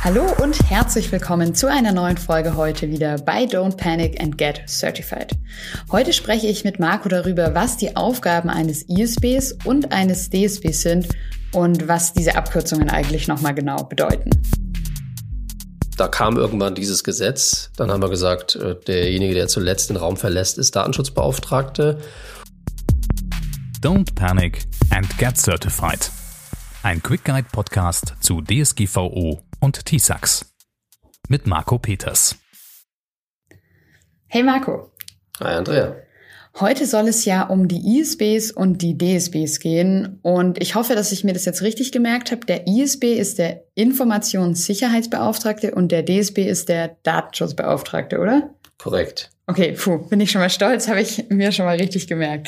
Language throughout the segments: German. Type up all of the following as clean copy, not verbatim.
Hallo und herzlich willkommen zu einer neuen Folge heute wieder bei Don't Panic and Get Certified. Heute spreche ich mit Marco darüber, was die Aufgaben eines ISBs und eines DSBs sind und was diese Abkürzungen eigentlich nochmal genau bedeuten. Da kam irgendwann dieses Gesetz, dann haben wir gesagt, derjenige, der zuletzt den Raum verlässt, ist Datenschutzbeauftragte. Don't Panic and Get Certified. Ein Quick Guide Podcast zu DSGVO und TISAX mit Marco Peters. Hey Marco. Hi Andrea. Heute soll es ja um die ISBs und die DSBs gehen und ich hoffe, dass ich mir das jetzt richtig gemerkt habe. Der ISB ist der Informationssicherheitsbeauftragte und der DSB ist der Datenschutzbeauftragte, oder? Korrekt. Okay, bin ich schon mal stolz, habe ich mir schon mal richtig gemerkt.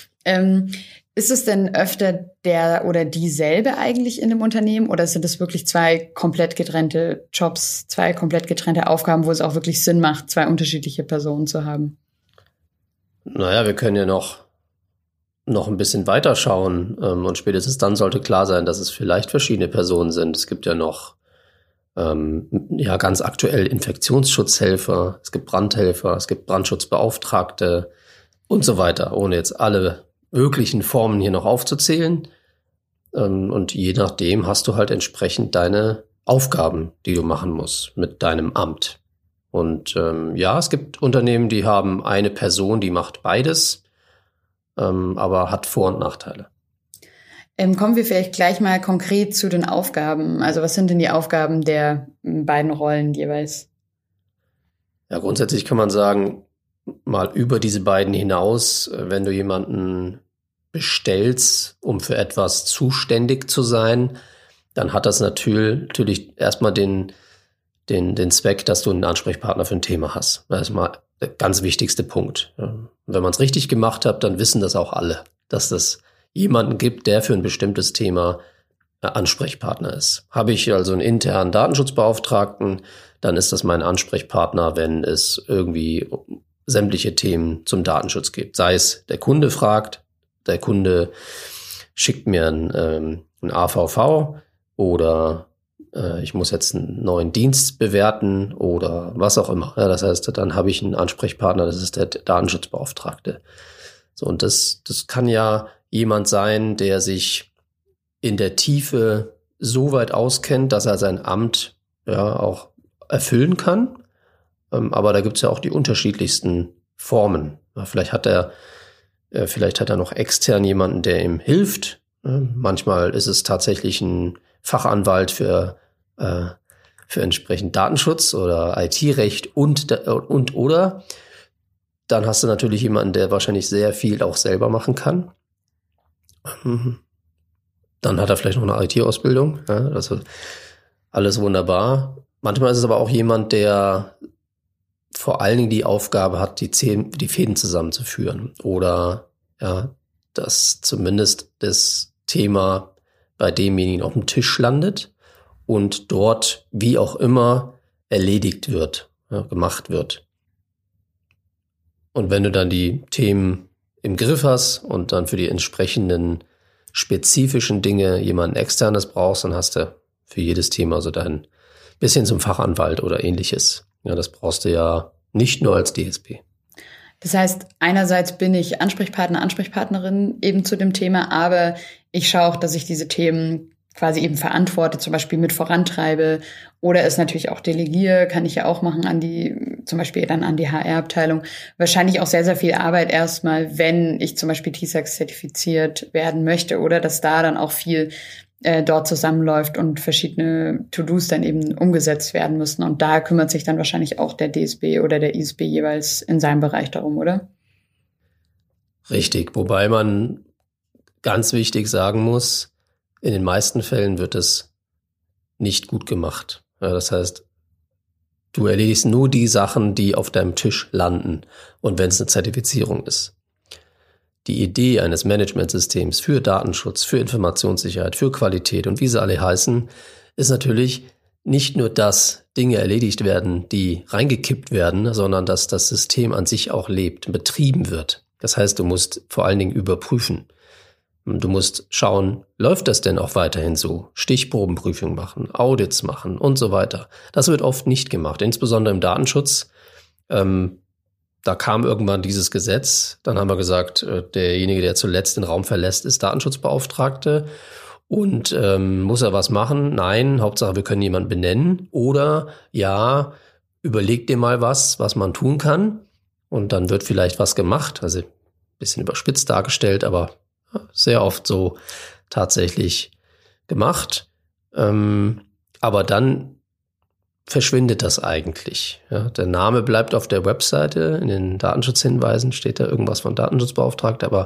Ist es denn öfter der oder dieselbe eigentlich in dem Unternehmen oder sind es wirklich zwei komplett getrennte Jobs, zwei komplett getrennte Aufgaben, wo es auch wirklich Sinn macht, zwei unterschiedliche Personen zu haben? Naja, wir können ja noch ein bisschen weiter schauen und spätestens dann sollte klar sein, dass es vielleicht verschiedene Personen sind. Es gibt ja noch ganz aktuell Infektionsschutzhelfer, es gibt Brandhelfer, es gibt Brandschutzbeauftragte und so weiter, ohne jetzt alle möglichen Formen hier noch aufzuzählen. Und je nachdem hast du halt entsprechend deine Aufgaben, die du machen musst mit deinem Amt. Und es gibt Unternehmen, die haben eine Person, die macht beides, aber hat Vor- und Nachteile. Kommen wir vielleicht gleich mal konkret zu den Aufgaben. Also was sind denn die Aufgaben der beiden Rollen jeweils? Ja, grundsätzlich kann man sagen, mal über diese beiden hinaus, wenn du jemanden bestellst, um für etwas zuständig zu sein, dann hat das natürlich erstmal den Zweck, dass du einen Ansprechpartner für ein Thema hast. Das ist mal der ganz wichtigste Punkt. Wenn man es richtig gemacht hat, dann wissen das auch alle, dass das jemanden gibt, der für ein bestimmtes Thema Ansprechpartner ist. Habe ich also einen internen Datenschutzbeauftragten, dann ist das mein Ansprechpartner, wenn es irgendwie sämtliche Themen zum Datenschutz gibt. Sei es, der Kunde fragt, der Kunde schickt mir ein AVV oder ich muss jetzt einen neuen Dienst bewerten oder was auch immer. Ja, das heißt, dann habe ich einen Ansprechpartner, das ist der Datenschutzbeauftragte. So, und das kann ja jemand sein, der sich in der Tiefe so weit auskennt, dass er sein Amt auch erfüllen kann. Aber da gibt es ja auch die unterschiedlichsten Formen. Vielleicht hat er noch extern jemanden, der ihm hilft. Manchmal ist es tatsächlich ein Fachanwalt für entsprechend Datenschutz oder IT-Recht oder dann hast du natürlich jemanden, der wahrscheinlich sehr viel auch selber machen kann. Dann hat er vielleicht noch eine IT-Ausbildung. Ja, also alles wunderbar. Manchmal ist es aber auch jemand, der vor allen Dingen die Aufgabe hat, die Fäden zusammenzuführen oder dass zumindest das Thema bei demjenigen auf dem Tisch landet und dort wie auch immer erledigt wird, gemacht wird. Und wenn du dann die Themen im Griff hast und dann für die entsprechenden spezifischen Dinge jemanden externes brauchst, dann hast du für jedes Thema so dein bisschen zum Fachanwalt oder ähnliches. Ja, das brauchst du ja nicht nur als DSB. Das heißt, einerseits bin ich Ansprechpartnerin eben zu dem Thema, aber ich schaue auch, dass ich diese Themen quasi eben verantworte, zum Beispiel mit vorantreibe oder es natürlich auch delegiere, kann ich ja auch machen zum Beispiel dann an die HR-Abteilung. Wahrscheinlich auch sehr, sehr viel Arbeit erstmal, wenn ich zum Beispiel TISAX zertifiziert werden möchte oder dass da dann auch viel dort zusammenläuft und verschiedene To-Dos dann eben umgesetzt werden müssen. Und da kümmert sich dann wahrscheinlich auch der DSB oder der ISB jeweils in seinem Bereich darum, oder? Richtig, wobei man ganz wichtig sagen muss, in den meisten Fällen wird es nicht gut gemacht. Ja, das heißt, du erledigst nur die Sachen, die auf deinem Tisch landen und wenn es eine Zertifizierung ist. Die Idee eines Managementsystems für Datenschutz, für Informationssicherheit, für Qualität und wie sie alle heißen, ist natürlich nicht nur, dass Dinge erledigt werden, die reingekippt werden, sondern dass das System an sich auch lebt, betrieben wird. Das heißt, du musst vor allen Dingen überprüfen. Du musst schauen, läuft das denn auch weiterhin so? Stichprobenprüfung machen, Audits machen und so weiter. Das wird oft nicht gemacht, insbesondere im Datenschutz. Da kam irgendwann dieses Gesetz. Dann haben wir gesagt, derjenige, der zuletzt den Raum verlässt, ist Datenschutzbeauftragte. Und muss er was machen? Nein, Hauptsache wir können jemanden benennen. Oder ja, überleg dir mal was man tun kann. Und dann wird vielleicht was gemacht. Also ein bisschen überspitzt dargestellt, aber sehr oft so tatsächlich gemacht. Aber dann verschwindet das eigentlich. Ja, der Name bleibt auf der Webseite. In den Datenschutzhinweisen steht da irgendwas von Datenschutzbeauftragter, aber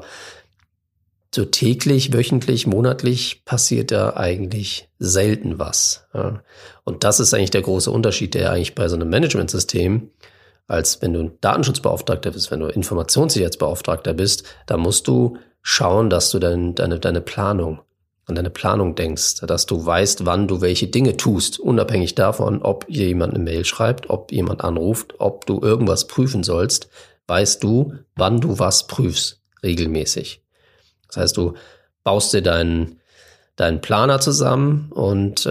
so täglich, wöchentlich, monatlich passiert da eigentlich selten was. Ja. Und das ist eigentlich der große Unterschied, der eigentlich bei so einem Managementsystem, als wenn du ein Datenschutzbeauftragter bist, wenn du Informationssicherheitsbeauftragter bist, da musst du schauen, dass du deine Planung an deine Planung denkst, dass du weißt, wann du welche Dinge tust, unabhängig davon, ob jemand eine Mail schreibt, ob jemand anruft, ob du irgendwas prüfen sollst, weißt du, wann du was prüfst, regelmäßig. Das heißt, du baust dir deinen Planer zusammen und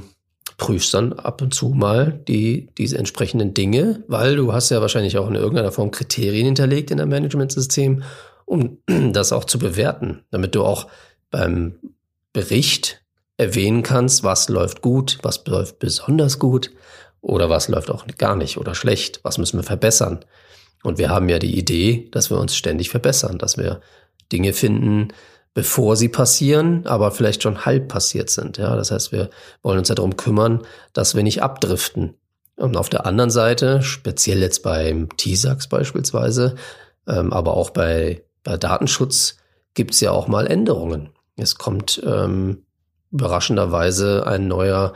prüfst dann ab und zu mal diese entsprechenden Dinge, weil du hast ja wahrscheinlich auch in irgendeiner Form Kriterien hinterlegt in deinem Managementsystem, um das auch zu bewerten, damit du auch beim Bericht erwähnen kannst, was läuft gut, was läuft besonders gut oder was läuft auch gar nicht oder schlecht, was müssen wir verbessern. Und wir haben ja die Idee, dass wir uns ständig verbessern, dass wir Dinge finden, bevor sie passieren, aber vielleicht schon halb passiert sind. Ja, das heißt, wir wollen uns ja darum kümmern, dass wir nicht abdriften. Und auf der anderen Seite, speziell jetzt beim TISAX beispielsweise, aber auch bei Datenschutz, gibt es ja auch mal Änderungen. Es kommt überraschenderweise ein neuer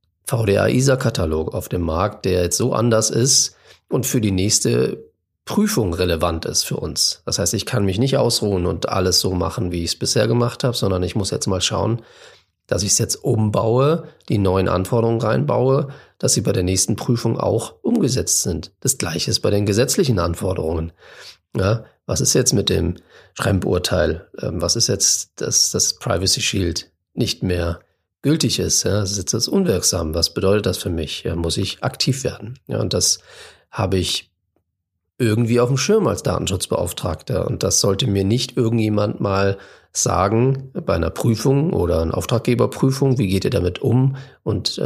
VDA-ISA-Katalog auf den Markt, der jetzt so anders ist und für die nächste Prüfung relevant ist für uns. Das heißt, ich kann mich nicht ausruhen und alles so machen, wie ich es bisher gemacht habe, sondern ich muss jetzt mal schauen, dass ich es jetzt umbaue, die neuen Anforderungen reinbaue, dass sie bei der nächsten Prüfung auch umgesetzt sind. Das Gleiche ist bei den gesetzlichen Anforderungen. Ja, was ist jetzt mit dem Schrempurteil? Was ist jetzt, dass das Privacy Shield nicht mehr gültig ist? Ja, das ist jetzt unwirksam. Was bedeutet das für mich? Ja, muss ich aktiv werden? Ja, und das habe ich irgendwie auf dem Schirm als Datenschutzbeauftragter. Und das sollte mir nicht irgendjemand mal sagen bei einer Prüfung oder einer Auftraggeberprüfung, wie geht ihr damit um? Und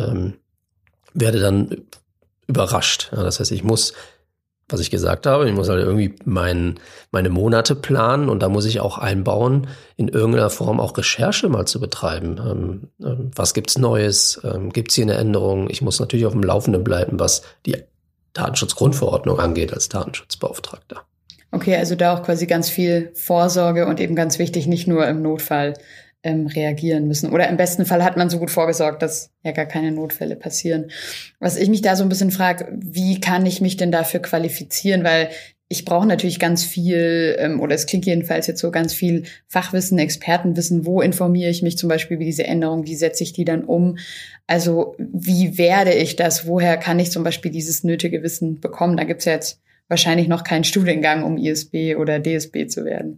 werde dann überrascht. Ja, das heißt, ich muss, was ich gesagt habe, ich muss halt irgendwie meine Monate planen und da muss ich auch einbauen, in irgendeiner Form auch Recherche mal zu betreiben. Was gibt's Neues? Gibt's hier eine Änderung? Ich muss natürlich auf dem Laufenden bleiben, was die Datenschutzgrundverordnung angeht als Datenschutzbeauftragter. Okay, also da auch quasi ganz viel Vorsorge und eben ganz wichtig, nicht nur im Notfall reagieren müssen. Oder im besten Fall hat man so gut vorgesorgt, dass ja gar keine Notfälle passieren. Was ich mich da so ein bisschen frage, wie kann ich mich denn dafür qualifizieren? Weil ich brauche natürlich ganz viel, oder es klingt jedenfalls jetzt so, ganz viel Fachwissen, Expertenwissen. Wo informiere ich mich zum Beispiel über diese Änderung? Wie setze ich die dann um? Also wie werde ich das? Woher kann ich zum Beispiel dieses nötige Wissen bekommen? Da gibt's ja jetzt wahrscheinlich noch keinen Studiengang, um ISB oder DSB zu werden.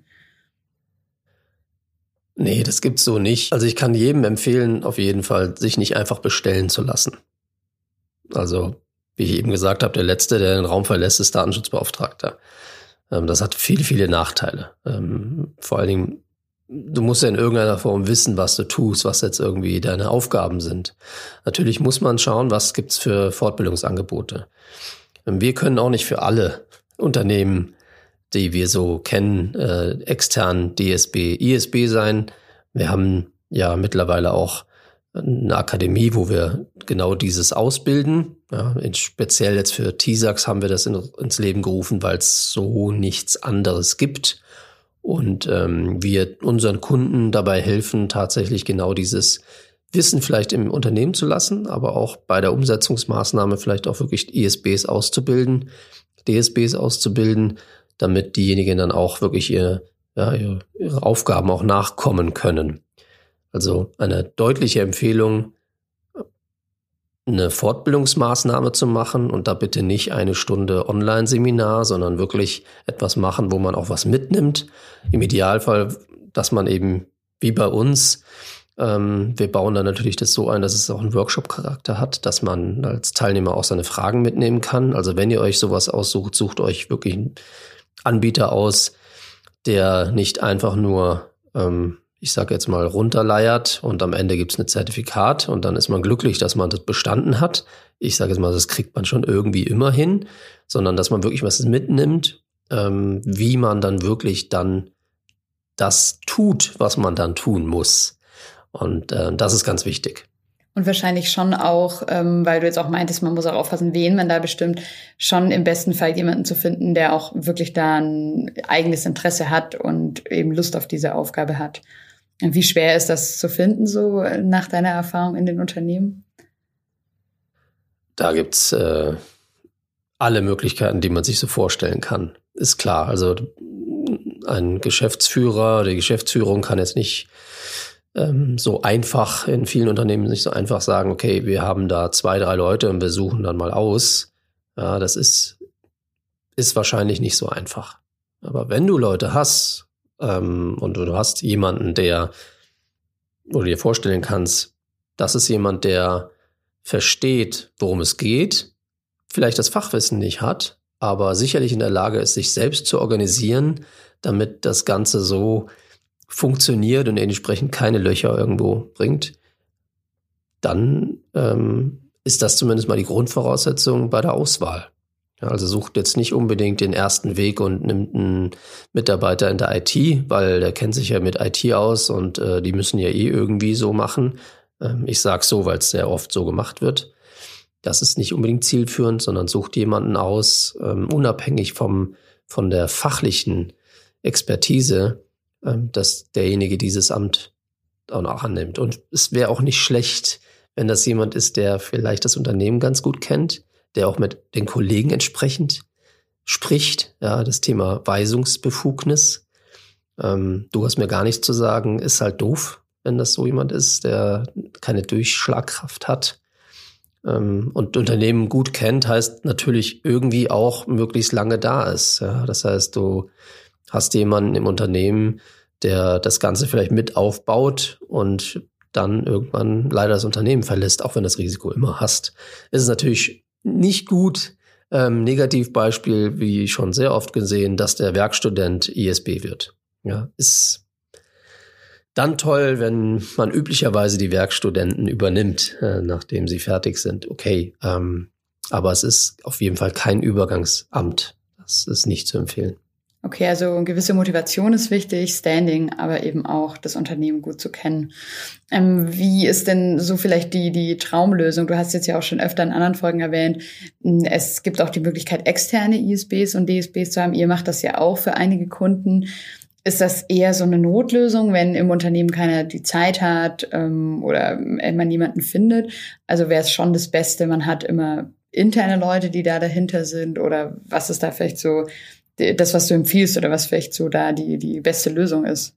Nee, das gibt's so nicht. Also ich kann jedem empfehlen, auf jeden Fall, sich nicht einfach bestellen zu lassen. Also, wie ich eben gesagt habe, der Letzte, der den Raum verlässt, ist Datenschutzbeauftragter. Das hat viele, viele Nachteile. Vor allen Dingen, du musst ja in irgendeiner Form wissen, was du tust, was jetzt irgendwie deine Aufgaben sind. Natürlich muss man schauen, was gibt's für Fortbildungsangebote. Wir können auch nicht für alle Unternehmen, die wir so kennen, extern DSB, ISB sein. Wir haben ja mittlerweile auch eine Akademie, wo wir genau dieses ausbilden. Ja, speziell jetzt für TISAX haben wir das ins Leben gerufen, weil es so nichts anderes gibt. Und wir unseren Kunden dabei helfen, tatsächlich genau dieses Wissen vielleicht im Unternehmen zu lassen, aber auch bei der Umsetzungsmaßnahme vielleicht auch wirklich ISBs auszubilden, DSBs auszubilden, damit diejenigen dann auch wirklich ihre Aufgaben auch nachkommen können. Also eine deutliche Empfehlung, eine Fortbildungsmaßnahme zu machen und da bitte nicht eine Stunde Online-Seminar, sondern wirklich etwas machen, wo man auch was mitnimmt. Im Idealfall, dass man eben Wie bei uns. Wir bauen dann natürlich das so ein, dass es auch einen Workshop-Charakter hat, dass man als Teilnehmer auch seine Fragen mitnehmen kann. Also wenn ihr euch sowas aussucht, sucht euch wirklich einen Anbieter aus, der nicht einfach nur, ich sage jetzt mal, runterleiert und am Ende gibt es ein Zertifikat und dann ist man glücklich, dass man das bestanden hat. Ich sage jetzt mal, das kriegt man schon irgendwie immer hin, sondern dass man wirklich was mitnimmt, wie man dann wirklich dann das tut, was man dann tun muss. Und das ist ganz wichtig. Und wahrscheinlich schon auch, weil du jetzt auch meintest, man muss auch aufpassen, wen man da bestimmt, schon im besten Fall jemanden zu finden, der auch wirklich da ein eigenes Interesse hat und eben Lust auf diese Aufgabe hat. Und wie schwer ist das zu finden, so nach deiner Erfahrung in den Unternehmen? Da gibt's alle Möglichkeiten, die man sich so vorstellen kann. Ist klar, also ein Geschäftsführer, die Geschäftsführung kann jetzt nicht so einfach, in vielen Unternehmen nicht so einfach sagen, okay, wir haben da 2, 3 Leute und wir suchen dann mal aus. Ja, das ist wahrscheinlich nicht so einfach. Aber wenn du Leute hast und du hast jemanden, wo du dir vorstellen kannst, das ist jemand, der versteht, worum es geht, vielleicht das Fachwissen nicht hat, aber sicherlich in der Lage ist, sich selbst zu organisieren, damit das Ganze so funktioniert und entsprechend keine Löcher irgendwo bringt, dann ist das zumindest mal die Grundvoraussetzung bei der Auswahl. Ja, also sucht jetzt nicht unbedingt den ersten Weg und nimmt einen Mitarbeiter in der IT, weil der kennt sich ja mit IT aus und die müssen ja irgendwie so machen. Ich sage so, weil es sehr oft so gemacht wird. Das ist nicht unbedingt zielführend, sondern sucht jemanden aus, unabhängig von der fachlichen Expertise, dass derjenige dieses Amt auch noch annimmt. Und es wäre auch nicht schlecht, wenn das jemand ist, der vielleicht das Unternehmen ganz gut kennt, der auch mit den Kollegen entsprechend spricht. Ja, das Thema Weisungsbefugnis. Du hast mir gar nichts zu sagen, ist halt doof, wenn das so jemand ist, der keine Durchschlagkraft hat. Und Unternehmen gut kennt, heißt natürlich irgendwie auch möglichst lange da ist. Ja, das heißt, du hast jemanden im Unternehmen, der das Ganze vielleicht mit aufbaut und dann irgendwann leider das Unternehmen verlässt, auch wenn das Risiko immer hast. Es ist natürlich nicht gut, Negativbeispiel, wie schon sehr oft gesehen, dass der Werkstudent ISB wird. Ja, ist dann toll, wenn man üblicherweise die Werkstudenten übernimmt, nachdem sie fertig sind. Okay, aber es ist auf jeden Fall kein Übergangsamt. Das ist nicht zu empfehlen. Okay, also eine gewisse Motivation ist wichtig, Standing, aber eben auch das Unternehmen gut zu kennen. Wie ist denn so vielleicht die Traumlösung? Du hast jetzt ja auch schon öfter in anderen Folgen erwähnt, es gibt auch die Möglichkeit, externe ISBs und DSBs zu haben. Ihr macht das ja auch für einige Kunden. Ist das eher so eine Notlösung, wenn im Unternehmen keiner die Zeit hat oder man niemanden findet? Also wäre es schon das Beste, man hat immer interne Leute, die da dahinter sind, oder was ist da vielleicht so das, was du empfiehlst, oder was vielleicht so da die beste Lösung ist?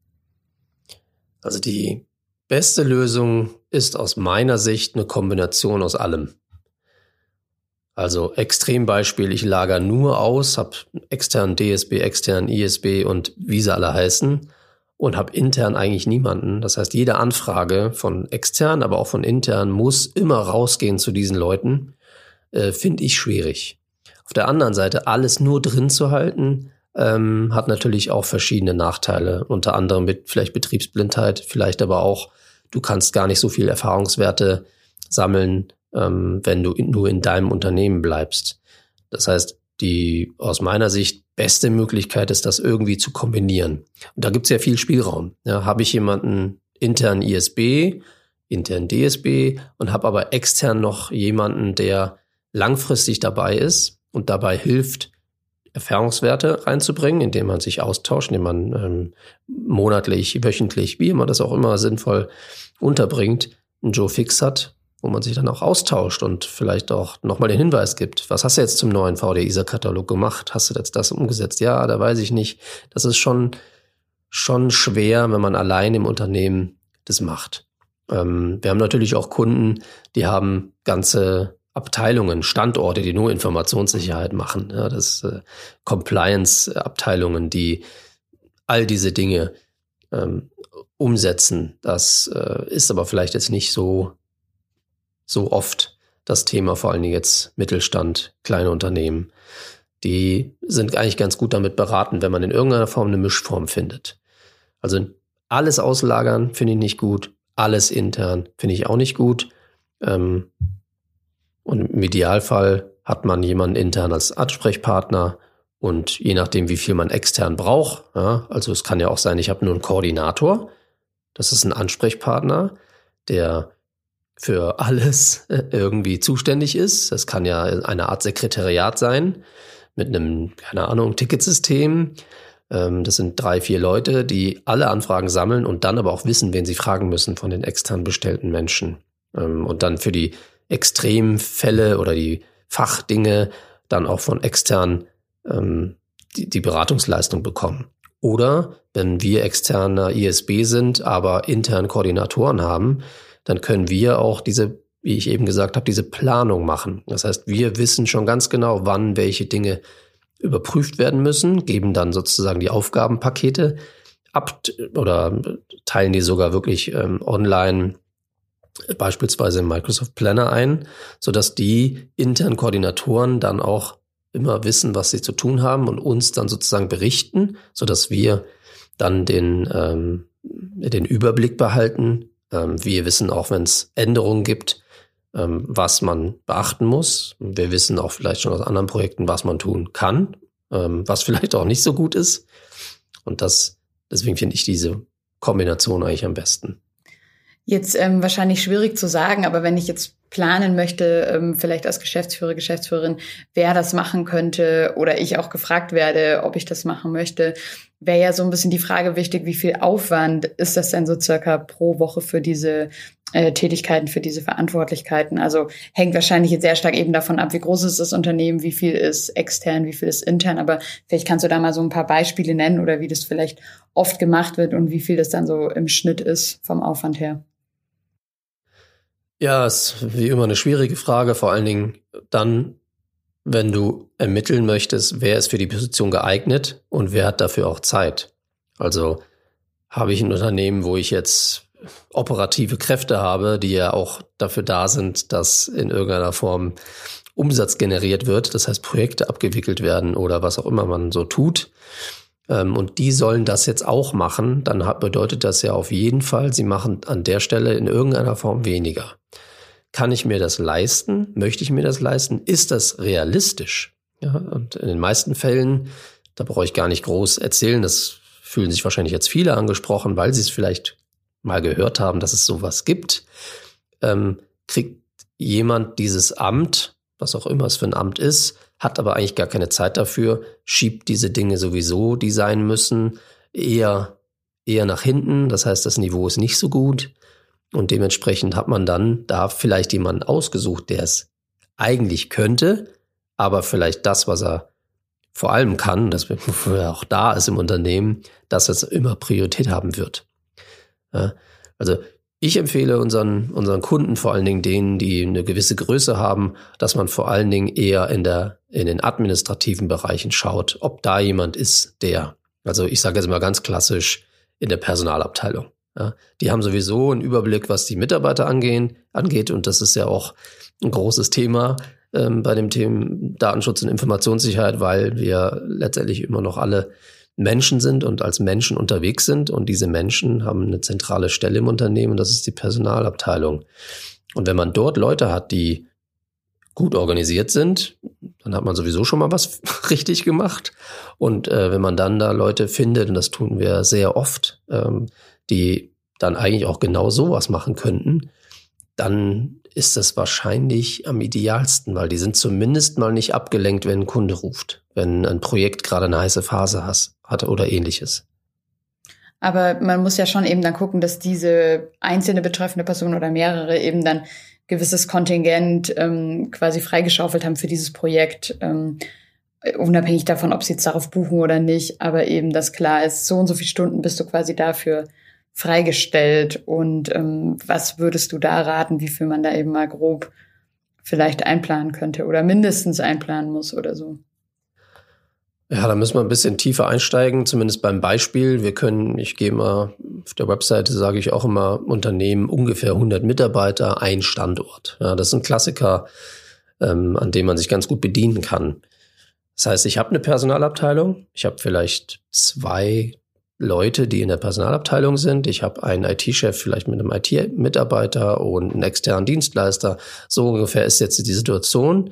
Also die beste Lösung ist aus meiner Sicht eine Kombination aus allem. Also Extrembeispiel, ich lager nur aus, habe externen DSB, externen ISB und wie sie alle heißen und habe intern eigentlich niemanden. Das heißt, jede Anfrage von extern, aber auch von intern muss immer rausgehen zu diesen Leuten, finde ich schwierig. Auf der anderen Seite, alles nur drin zu halten, hat natürlich auch verschiedene Nachteile. Unter anderem mit vielleicht Betriebsblindheit, vielleicht aber auch, du kannst gar nicht so viel Erfahrungswerte sammeln, wenn du nur in deinem Unternehmen bleibst. Das heißt, die aus meiner Sicht beste Möglichkeit ist, das irgendwie zu kombinieren. Und da gibt es ja viel Spielraum. Ja, habe ich jemanden intern ISB, intern DSB und habe aber extern noch jemanden, der langfristig dabei ist und dabei hilft, Erfahrungswerte reinzubringen, indem man sich austauscht, indem man monatlich, wöchentlich, wie immer das auch immer sinnvoll unterbringt, einen Joe Fix hat, wo man sich dann auch austauscht und vielleicht auch nochmal den Hinweis gibt. Was hast du jetzt zum neuen VDISA-Katalog gemacht? Hast du jetzt das umgesetzt? Ja, da weiß ich nicht. Das ist schon schwer, wenn man allein im Unternehmen das macht. Wir haben natürlich auch Kunden, die haben ganze Abteilungen, Standorte, die nur Informationssicherheit machen. Ja, das Compliance-Abteilungen, die all diese Dinge umsetzen. Das ist aber vielleicht jetzt nicht so oft das Thema, vor allen Dingen jetzt Mittelstand, kleine Unternehmen. Die sind eigentlich ganz gut damit beraten, wenn man in irgendeiner Form eine Mischform findet. Also alles auslagern finde ich nicht gut, alles intern finde ich auch nicht gut. Und im Idealfall hat man jemanden intern als Ansprechpartner und je nachdem, wie viel man extern braucht, ja, also es kann ja auch sein, ich habe nur einen Koordinator, das ist ein Ansprechpartner, der für alles irgendwie zuständig ist. Das kann ja eine Art Sekretariat sein mit einem, keine Ahnung, Ticketsystem. Das sind 3, 4 Leute, die alle Anfragen sammeln und dann aber auch wissen, wen sie fragen müssen von den extern bestellten Menschen. Und dann für die Extremfälle oder die Fachdinge dann auch von extern die Beratungsleistung bekommen. Oder wenn wir externer ISB sind, aber intern Koordinatoren haben, dann können wir auch diese, wie ich eben gesagt habe, diese Planung machen. Das heißt, wir wissen schon ganz genau, wann welche Dinge überprüft werden müssen, geben dann sozusagen die Aufgabenpakete ab oder teilen die sogar wirklich online, beispielsweise im Microsoft Planner ein, sodass die internen Koordinatoren dann auch immer wissen, was sie zu tun haben und uns dann sozusagen berichten, sodass wir dann den Überblick behalten. Wir wissen auch, wenn es Änderungen gibt, was man beachten muss. Wir wissen auch vielleicht schon aus anderen Projekten, was man tun kann, was vielleicht auch nicht so gut ist. Und deswegen finde ich diese Kombination eigentlich am besten. Jetzt wahrscheinlich schwierig zu sagen, aber wenn ich jetzt planen möchte, vielleicht als Geschäftsführer, Geschäftsführerin, wer das machen könnte oder ich auch gefragt werde, ob ich das machen möchte, wäre ja so ein bisschen die Frage wichtig, wie viel Aufwand ist das denn so circa pro Woche für diese Tätigkeiten, für diese Verantwortlichkeiten? Also hängt wahrscheinlich jetzt sehr stark eben davon ab, wie groß ist das Unternehmen, wie viel ist extern, wie viel ist intern, aber vielleicht kannst du da mal so ein paar Beispiele nennen oder wie das vielleicht oft gemacht wird und wie viel das dann so im Schnitt ist vom Aufwand her. Ja, ist wie immer eine schwierige Frage, vor allen Dingen dann, wenn du ermitteln möchtest, wer ist für die Position geeignet und wer hat dafür auch Zeit. Also habe ich ein Unternehmen, wo ich jetzt operative Kräfte habe, die ja auch dafür da sind, dass in irgendeiner Form Umsatz generiert wird, das heißt Projekte abgewickelt werden oder was auch immer man so tut. Und die sollen das jetzt auch machen, dann bedeutet das ja auf jeden Fall, sie machen an der Stelle in irgendeiner Form weniger. Kann ich mir das leisten? Möchte ich mir das leisten? Ist das realistisch? Ja, und in den meisten Fällen, da brauche ich gar nicht groß erzählen, das fühlen sich wahrscheinlich jetzt viele angesprochen, weil sie es vielleicht mal gehört haben, dass es sowas gibt, kriegt jemand dieses Amt, was auch immer es für ein Amt ist, hat aber eigentlich gar keine Zeit dafür, schiebt diese Dinge sowieso, die sein müssen, eher nach hinten. Das heißt, das Niveau ist nicht so gut. Und dementsprechend hat man dann da vielleicht jemanden ausgesucht, der es eigentlich könnte, aber vielleicht das, was er vor allem kann, das auch da ist im Unternehmen, dass es immer Priorität haben wird. Ja, also ich empfehle unseren Kunden, vor allen Dingen denen, die eine gewisse Größe haben, dass man vor allen Dingen eher in den administrativen Bereichen schaut, ob da jemand ist, also ich sage jetzt mal ganz klassisch, in der Personalabteilung. Ja, die haben sowieso einen Überblick, was die Mitarbeiter angeht und das ist ja auch ein großes Thema bei dem Thema Datenschutz und Informationssicherheit, weil wir letztendlich immer noch alle Menschen sind und als Menschen unterwegs sind und diese Menschen haben eine zentrale Stelle im Unternehmen und das ist die Personalabteilung. Und wenn man dort Leute hat, die gut organisiert sind, dann hat man sowieso schon mal was richtig gemacht. Und wenn man dann da Leute findet, und das tun wir sehr oft, die dann eigentlich auch genau sowas machen könnten, dann ist das wahrscheinlich am idealsten, weil die sind zumindest mal nicht abgelenkt, wenn ein Kunde ruft, wenn ein Projekt gerade eine heiße Phase hat oder ähnliches. Aber man muss ja schon eben dann gucken, dass diese einzelne betreffende Person oder mehrere eben dann gewisses Kontingent quasi freigeschaufelt haben für dieses Projekt, unabhängig davon, ob sie jetzt darauf buchen oder nicht, aber eben, dass klar ist, so und so viele Stunden bist du quasi dafür freigestellt und was würdest du da raten, wie viel man da eben mal grob vielleicht einplanen könnte oder mindestens einplanen muss oder so? Ja, da müssen wir ein bisschen tiefer einsteigen, zumindest beim Beispiel. Ich gehe mal, auf der Webseite sage ich auch immer, Unternehmen ungefähr 100 Mitarbeiter, ein Standort. Ja, das ist ein Klassiker, an dem man sich ganz gut bedienen kann. Das heißt, ich habe eine Personalabteilung, ich habe vielleicht 2 Leute, die in der Personalabteilung sind. Ich habe einen IT-Chef vielleicht mit einem IT-Mitarbeiter und einen externen Dienstleister. So ungefähr ist jetzt die Situation.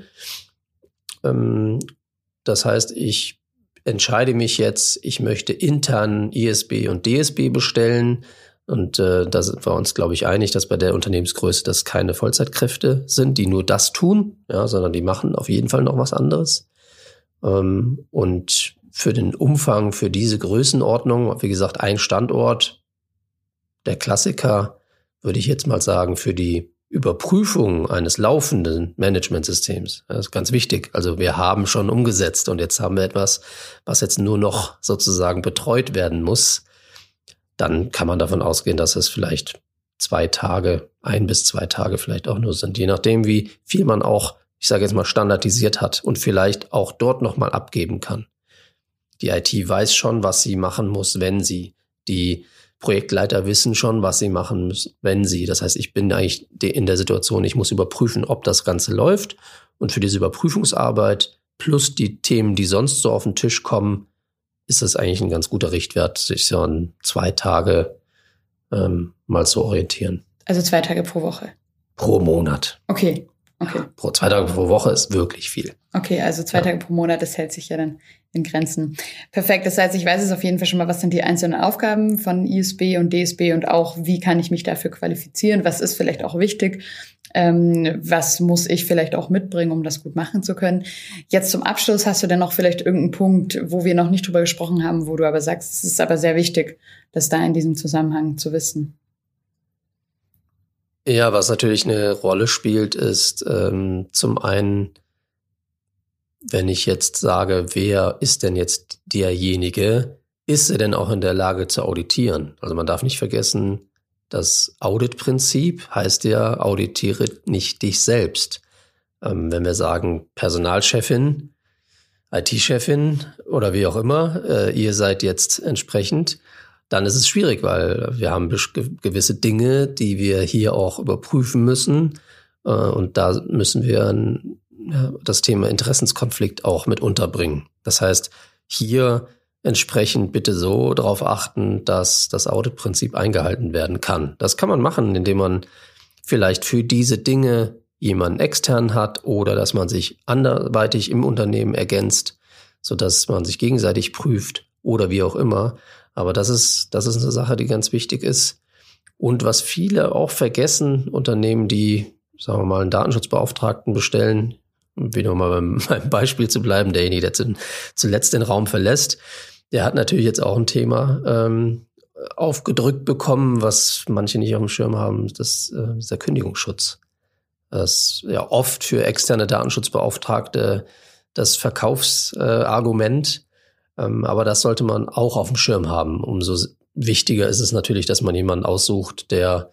Das heißt, ich entscheide mich jetzt, ich möchte intern ISB und DSB bestellen. Und da sind wir uns, glaube ich, einig, dass bei der Unternehmensgröße das keine Vollzeitkräfte sind, die nur das tun, ja, sondern die machen auf jeden Fall noch was anderes. Und für den Umfang, für diese Größenordnung, wie gesagt, ein Standort, der Klassiker, würde ich jetzt mal sagen, für die Überprüfung eines laufenden Managementsystems. Das ist ganz wichtig. Also wir haben schon umgesetzt und jetzt haben wir etwas, was jetzt nur noch sozusagen betreut werden muss. Dann kann man davon ausgehen, dass es vielleicht 2 Tage, 1 bis 2 Tage vielleicht auch nur sind, je nachdem, wie viel man auch, ich sage jetzt mal, standardisiert hat und vielleicht auch dort nochmal abgeben kann. Die IT weiß schon, was sie machen muss, wenn sie. Die Projektleiter wissen schon, was sie machen müssen, wenn sie. Das heißt, ich bin eigentlich in der Situation, ich muss überprüfen, ob das Ganze läuft. Und für diese Überprüfungsarbeit plus die Themen, die sonst so auf den Tisch kommen, ist das eigentlich ein ganz guter Richtwert, sich so an 2 Tage mal zu orientieren. Also 2 Tage pro Woche? Pro Monat. Okay. Ja, 2 Tage pro Woche ist wirklich viel. Okay, also 2 Tage pro Monat, das hält sich ja dann in Grenzen. Perfekt, das heißt, ich weiß jetzt auf jeden Fall schon mal, was sind die einzelnen Aufgaben von ISB und DSB und auch, wie kann ich mich dafür qualifizieren, was ist vielleicht auch wichtig, was muss ich vielleicht auch mitbringen, um das gut machen zu können. Jetzt zum Abschluss, hast du denn noch vielleicht irgendeinen Punkt, wo wir noch nicht drüber gesprochen haben, wo du aber sagst, es ist aber sehr wichtig, das da in diesem Zusammenhang zu wissen? Ja, was natürlich eine Rolle spielt, ist zum einen, wenn ich jetzt sage, wer ist denn jetzt derjenige, ist er denn auch in der Lage zu auditieren? Also man darf nicht vergessen, das Auditprinzip heißt ja, auditiere nicht dich selbst. Wenn wir sagen, Personalchefin, IT-Chefin oder wie auch immer, ihr seid jetzt entsprechend, dann ist es schwierig, weil wir haben gewisse Dinge, die wir hier auch überprüfen müssen. Und da müssen wir das Thema Interessenskonflikt auch mit unterbringen. Das heißt, hier entsprechend bitte so darauf achten, dass das Auditprinzip eingehalten werden kann. Das kann man machen, indem man vielleicht für diese Dinge jemanden extern hat oder dass man sich anderweitig im Unternehmen ergänzt, sodass man sich gegenseitig prüft oder wie auch immer. Aber das ist eine Sache, die ganz wichtig ist. Und was viele auch vergessen, Unternehmen, die, sagen wir mal, einen Datenschutzbeauftragten bestellen, um wieder mal beim Beispiel zu bleiben, derjenige, der zuletzt den Raum verlässt, der hat natürlich jetzt auch ein Thema aufgedrückt bekommen, was manche nicht auf dem Schirm haben, das ist der Kündigungsschutz. Das ist ja oft für externe Datenschutzbeauftragte das Verkaufsargument. Aber das sollte man auch auf dem Schirm haben. Umso wichtiger ist es natürlich, dass man jemanden aussucht, der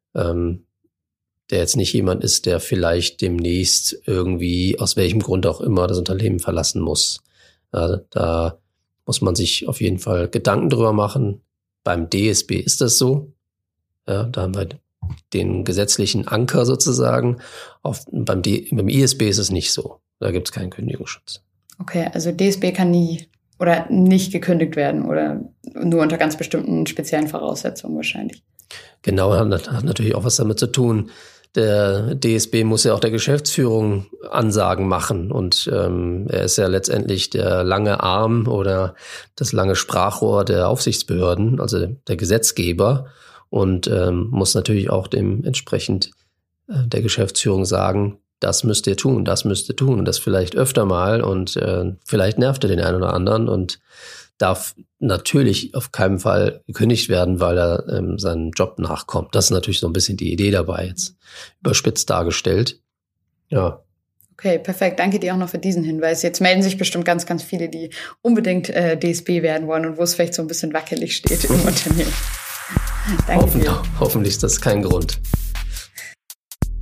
jetzt nicht jemand ist, der vielleicht demnächst irgendwie, aus welchem Grund auch immer, das Unternehmen verlassen muss. Da muss man sich auf jeden Fall Gedanken drüber machen. Beim DSB ist das so. Ja, da haben wir den gesetzlichen Anker sozusagen. Beim ISB ist es nicht so. Da gibt es keinen Kündigungsschutz. Okay, also DSB kann nie oder nicht gekündigt werden oder nur unter ganz bestimmten speziellen Voraussetzungen wahrscheinlich. Genau, hat natürlich auch was damit zu tun. Der DSB muss ja auch der Geschäftsführung Ansagen machen und er ist ja letztendlich der lange Arm oder das lange Sprachrohr der Aufsichtsbehörden, also der Gesetzgeber und muss natürlich auch dementsprechend der Geschäftsführung sagen, das müsst ihr tun, das müsst ihr tun und das vielleicht öfter mal und vielleicht nervt er den einen oder anderen und darf natürlich auf keinen Fall gekündigt werden, weil er seinem Job nachkommt. Das ist natürlich so ein bisschen die Idee dabei, jetzt überspitzt dargestellt. Ja. Okay, perfekt. Danke dir auch noch für diesen Hinweis. Jetzt melden sich bestimmt ganz, ganz viele, die unbedingt DSB werden wollen und wo es vielleicht so ein bisschen wackelig steht im Unternehmen. Danke dir. Hoffentlich ist das kein Grund.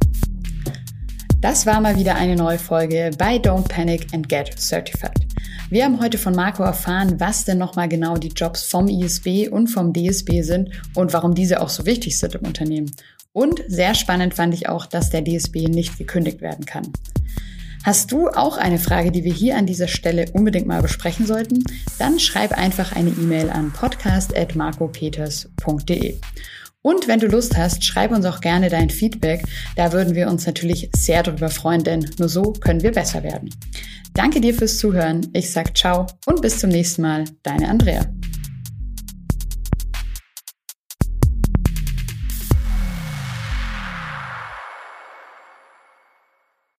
Das war mal wieder eine neue Folge bei Don't Panic and Get Certified. Wir haben heute von Marco erfahren, was denn nochmal genau die Jobs vom ISB und vom DSB sind und warum diese auch so wichtig sind im Unternehmen. Und sehr spannend fand ich auch, dass der DSB nicht gekündigt werden kann. Hast du auch eine Frage, die wir hier an dieser Stelle unbedingt mal besprechen sollten? Dann schreib einfach eine E-Mail an podcast@marcopeters.de. Und wenn du Lust hast, schreib uns auch gerne dein Feedback. Da würden wir uns natürlich sehr darüber freuen, denn nur so können wir besser werden. Danke dir fürs Zuhören. Ich sag ciao und bis zum nächsten Mal. Deine Andrea.